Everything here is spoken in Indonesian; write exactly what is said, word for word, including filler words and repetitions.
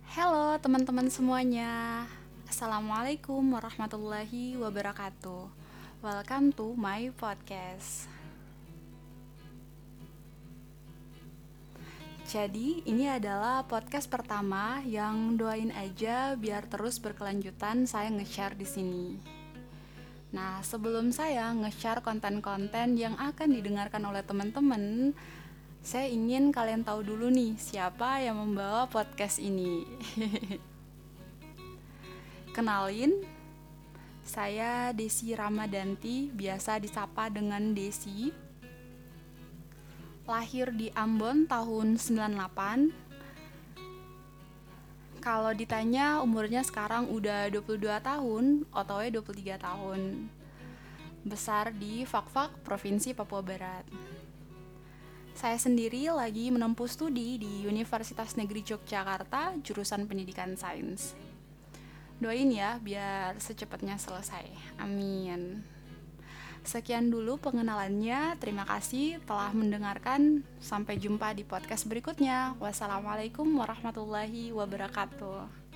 Halo teman-teman semuanya. Assalamualaikum warahmatullahi wabarakatuh. Welcome to my podcast. Jadi, ini adalah podcast pertama yang doain aja biar terus berkelanjutan saya nge-share di sini. Nah, sebelum saya nge-share konten-konten yang akan didengarkan oleh teman-teman, saya ingin kalian tahu dulu nih siapa yang membawa podcast ini. Kenalin, saya Desi Ramadanti, biasa disapa dengan Desi. Lahir di Ambon tahun sembilan puluh delapan. Kalau ditanya umurnya sekarang udah dua puluh dua tahun, O T W dua puluh tiga tahun. Besar di Fakfak, Provinsi Papua Barat. Saya sendiri lagi menempuh studi di Universitas Negeri Yogyakarta, jurusan Pendidikan Sains. Doain ya biar secepatnya selesai. Amin. Sekian dulu pengenalannya. Terima kasih telah mendengarkan. Sampai jumpa di podcast berikutnya. Wassalamualaikum warahmatullahi wabarakatuh.